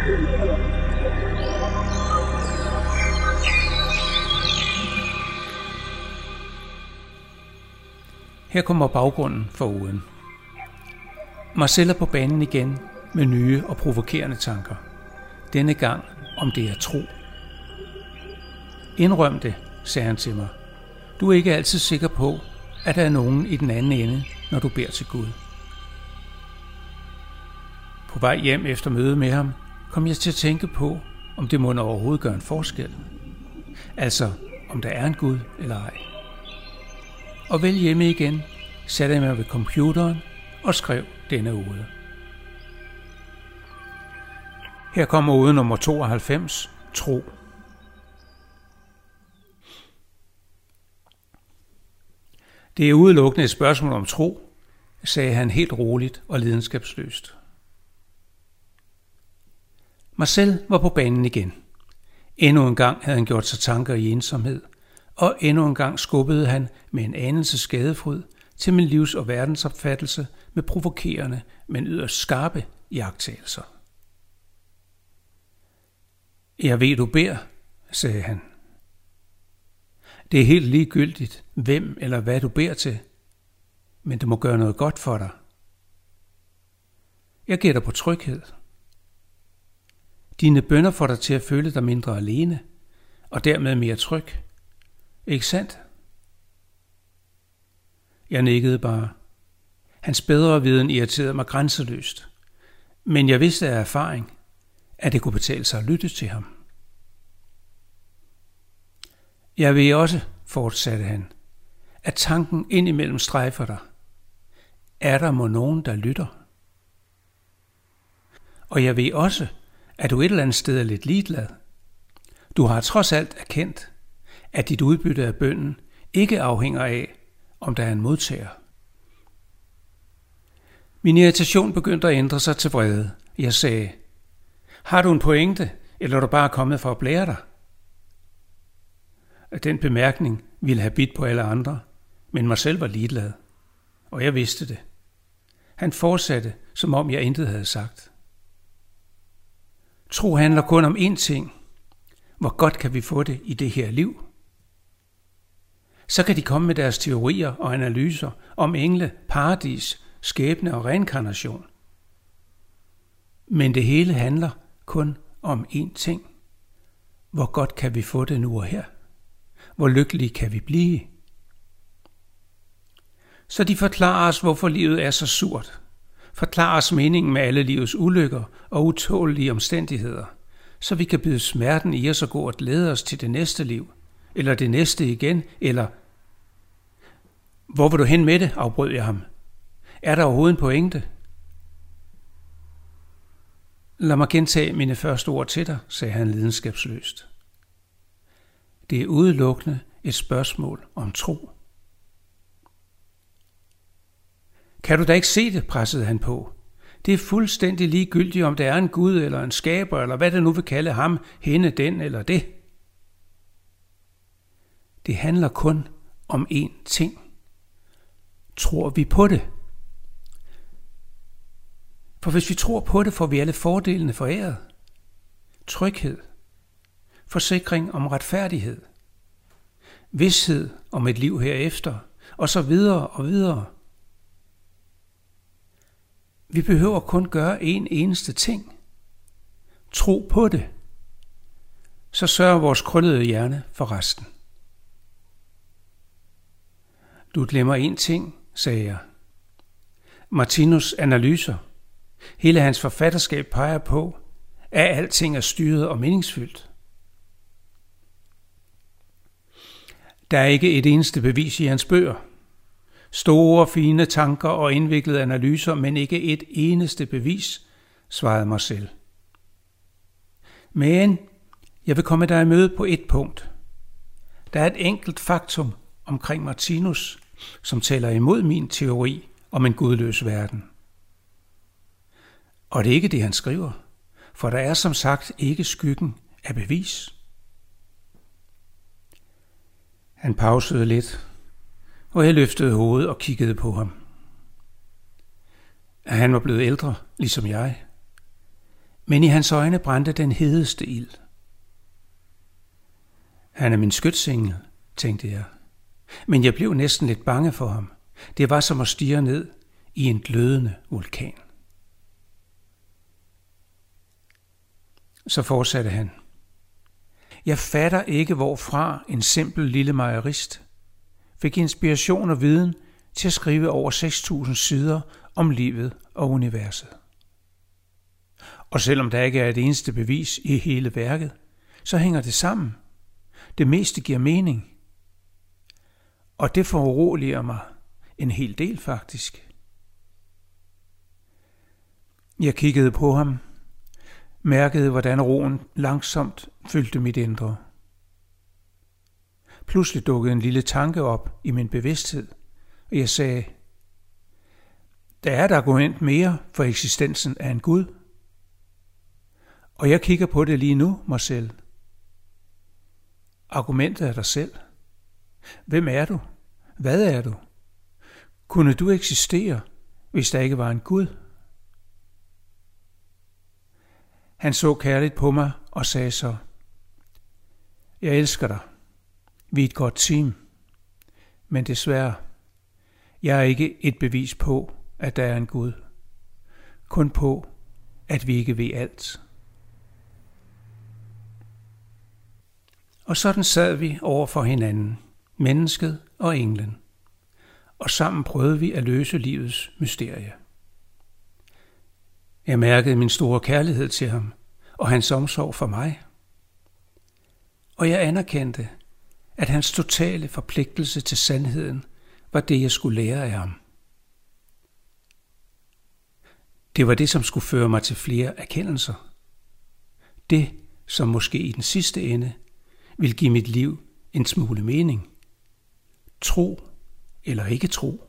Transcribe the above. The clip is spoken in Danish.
Her kommer baggrunden for ugen. Marcel er på banen igen med nye og provokerende tanker. Denne gang om det er tro. Indrøm det, sagde han til mig. Du er ikke altid sikker på, at der er nogen i den anden ende, når du beder til Gud. På vej hjem efter mødet med ham, kom jeg til at tænke på, om det må overhovedet gøre en forskel. Altså, om der er en Gud eller ej. Og vel hjemme igen, satte jeg mig ved computeren og skrev denne ode. Her kommer ode nummer 92, tro. Det er udelukkende et spørgsmål om tro, sagde han helt roligt og lidenskabsløst. Marcel var på banen igen. Endnu en gang havde han gjort sig tanker i ensomhed, og endnu en gang skubbede han med en anelse skadefryd til min livs- og verdensopfattelse med provokerende, men yderst skarpe iagttagelser. Jeg ved, du beder, sagde han. Det er helt ligegyldigt, hvem eller hvad du beder til, men det må gøre noget godt for dig. Jeg gætter på tryghed. Dine bønner får dig til at føle dig mindre alene, og dermed mere tryg. Ikke sandt? Jeg nikkede bare. Hans bedre viden irriterede mig grænseløst, men jeg vidste af erfaring, at det kunne betale sig at lytte til ham. Jeg ved også, fortsatte han, at tanken indimellem strejfer dig. Er der må nogen, der lytter? Og jeg ved også, at du et eller andet sted er lidt ligeglad. Du har trods alt erkendt, at dit udbytte af bønnen ikke afhænger af, om der er en modtager. Min irritation begyndte at ændre sig til vrede. Jeg sagde, har du en pointe, eller er du bare kommet for at blære dig? Den bemærkning ville have bidt på alle andre, men mig selv var ligeglad, og jeg vidste det. Han fortsatte, som om jeg intet havde sagt. Tro handler kun om én ting. Hvor godt kan vi få det i det her liv? Så kan de komme med deres teorier og analyser om engle, paradis, skæbne og reinkarnation. Men det hele handler kun om én ting. Hvor godt kan vi få det nu og her? Hvor lykkelige kan vi blive? Så de forklarer os, hvorfor livet er så surt. Forklarer os meningen med alle livets ulykker og utålelige omstændigheder, så vi kan bide smerten i os og gå og glæde os til det næste liv, eller det næste igen, eller... Hvor vil du hen med det, afbrød jeg ham. Er der overhovedet en pointe? Lad mig gentage mine første ord til dig, sagde han lidenskabsløst. Det er udelukkende et spørgsmål om tro. Kan du da ikke se det, pressede han på. Det er fuldstændig ligegyldigt, om der er en Gud eller en skaber, eller hvad det nu vil kalde ham, hende, den eller det. Det handler kun om én ting. Tror vi på det? For hvis vi tror på det, får vi alle fordelene foræret. Tryghed, forsikring om retfærdighed, vished om et liv herefter, og så videre og videre. Vi behøver kun gøre en eneste ting. Tro på det. Så sørger vores krøllede hjerne for resten. Du glemmer en ting, sagde jeg. Martinus' analyser, hele hans forfatterskab peger på, at alting er styret og meningsfyldt. Der er ikke et eneste bevis i hans bøger. Store, fine tanker og indviklede analyser, men ikke et eneste bevis, svarede Marcel. Men jeg vil komme dig i møde på et punkt. Der er et enkelt faktum omkring Martinus, som taler imod min teori om en gudløs verden. Og det er ikke det, han skriver, for der er som sagt ikke skyggen af bevis. Han pausede lidt, og jeg løftede hovedet og kiggede på ham. Han var blevet ældre, ligesom jeg. Men i hans øjne brændte den hedeste ild. Han er min skytsengel, tænkte jeg. Men jeg blev næsten lidt bange for ham. Det var som at stirre ned i en glødende vulkan. Så fortsatte han. Jeg fatter ikke, hvorfra en simpel lille mejerist fik inspiration og viden til at skrive over 6.000 sider om livet og universet. Og selvom der ikke er et eneste bevis i hele værket, så hænger det sammen. Det meste giver mening. Og det foruroliger mig en hel del faktisk. Jeg kiggede på ham, mærkede, hvordan roen langsomt fyldte mit indre. Pludselig dukkede en lille tanke op i min bevidsthed, og jeg sagde, der er et argument mere for eksistensen af en Gud. Og jeg kigger på det lige nu, Marcel. Argumentet er dig selv. Hvem er du? Hvad er du? Kunne du eksistere, hvis der ikke var en Gud? Han så kærligt på mig og sagde så, jeg elsker dig. Vi er et godt team. Men desværre, jeg er ikke et bevis på, at der er en Gud. Kun på, at vi ikke ved alt. Og sådan sad vi over for hinanden, mennesket og englen. Og sammen prøvede vi at løse livets mysterie. Jeg mærkede min store kærlighed til ham og hans omsorg for mig. Og jeg anerkendte, at hans totale forpligtelse til sandheden var det, jeg skulle lære af ham. Det var det, som skulle føre mig til flere erkendelser. Det, som måske i den sidste ende vil give mit liv en smule mening. Tro eller ikke tro.